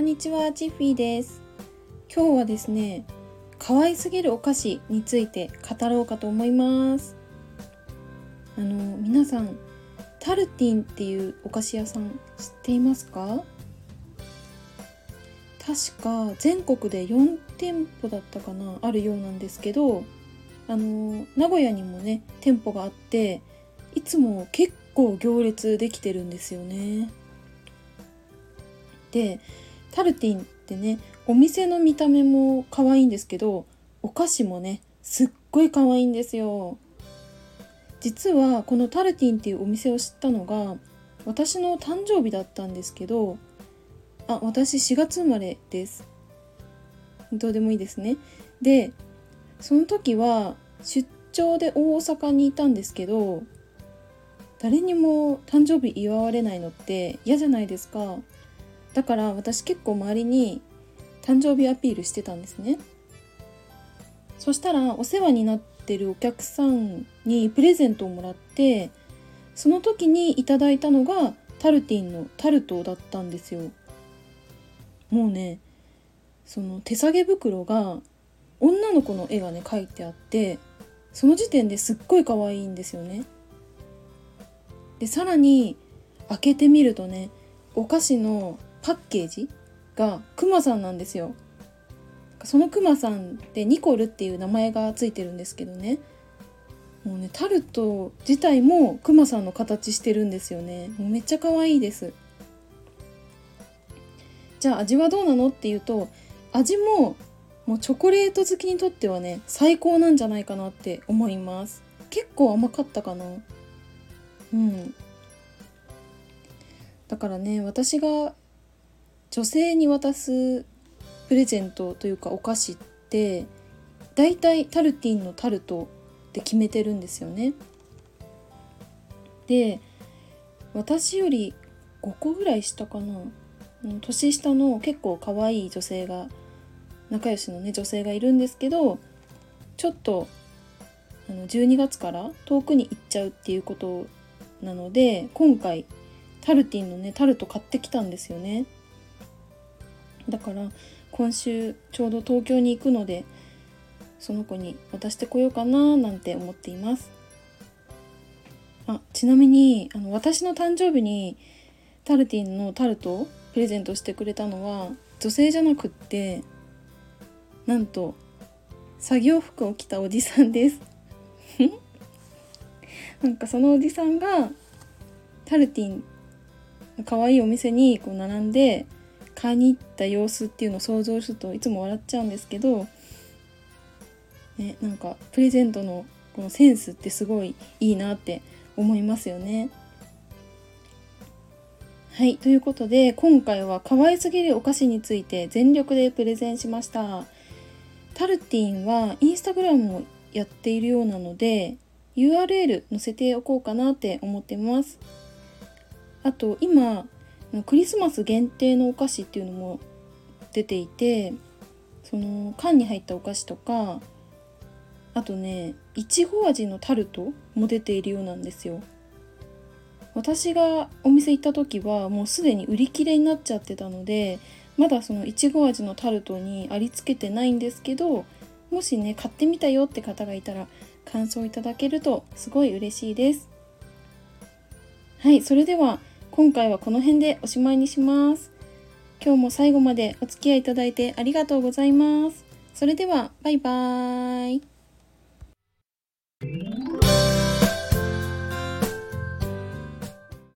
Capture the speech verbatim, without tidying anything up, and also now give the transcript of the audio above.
にちは、チッフィーです。今日はですね、可愛すぎるお菓子について語ろうかと思います。あの皆さん、タルティンっていうお菓子屋さん知っていますか？確か全国でよんてんぽだったかな、あるようなんですけど、あの名古屋にもね店舗があって、いつも結構行列できてるんですよね。でタルティンってね、お店の見た目も可愛いんですけど、お菓子もねすっごい可愛いんですよ。実はこのタルティンっていうお店を知ったのが私の誕生日だったんですけど、あ、私しがつ生まれです。どうでもいいですね。でその時は出張で大阪にいたんですけど、誰にも誕生日祝われないのって嫌じゃないですか。だから私結構周りに誕生日アピールしてたんですね。そしたらお世話になってるお客さんにプレゼントをもらって、その時にいただいたのがタルティンのタルトだったんですよ。もうね、その手提げ袋が女の子の絵がね描いてあって、その時点ですっごい可愛いんですよね。でさらに開けてみるとね、お菓子のパッケージがクマさんなんですよ。そのクマさんってニコルっていう名前がついてるんですけどね、もうねタルト自体もクマさんの形してるんですよね。もうめっちゃ可愛いです。じゃあ味はどうなのっていうと、味ももうチョコレート好きにとってはね最高なんじゃないかなって思います。結構甘かったかな。うんだからね、私が女性に渡すプレゼントというかお菓子ってだいたいタルティンのタルトって決めてるんですよね。で私よりごこぐらい下かな、年下の結構可愛い女性が、仲良しのね女性がいるんですけど、ちょっとあのじゅうにがつから遠くに行っちゃうっていうことなので、今回タルティンのねタルト買ってきたんですよね。だから今週ちょうど東京に行くので、その子に渡してこようかななんて思っています。あ、ちなみにあの私の誕生日にタルティンのタルトをプレゼントしてくれたのは女性じゃなくって、なんと作業服を着たおじさんですなんかそのおじさんがタルティンの可愛いお店にこう並んで買いに行った様子っていうのを想像するといつも笑っちゃうんですけど、ね、なんかプレゼントのこのセンスってすごいいいなって思いますよね。はい、ということで今回は可愛すぎるお菓子について全力でプレゼンしました。タルティンはインスタグラムもやっているようなので ユーアールエル 載せておこうかなって思ってます。あと今クリスマス限定のお菓子っていうのも出ていて、その缶に入ったお菓子とか、あとねいちご味のタルトも出ているようなんですよ。私がお店行った時はもうすでに売り切れになっちゃってたので、まだそのいちご味のタルトにありつけてないんですけど、もしね買ってみたよって方がいたら感想いただけるとすごい嬉しいです。はい、それでは今回はこの辺でおしまいにします。今日も最後までお付き合いいただいてありがとうございます。それではバイバーイ。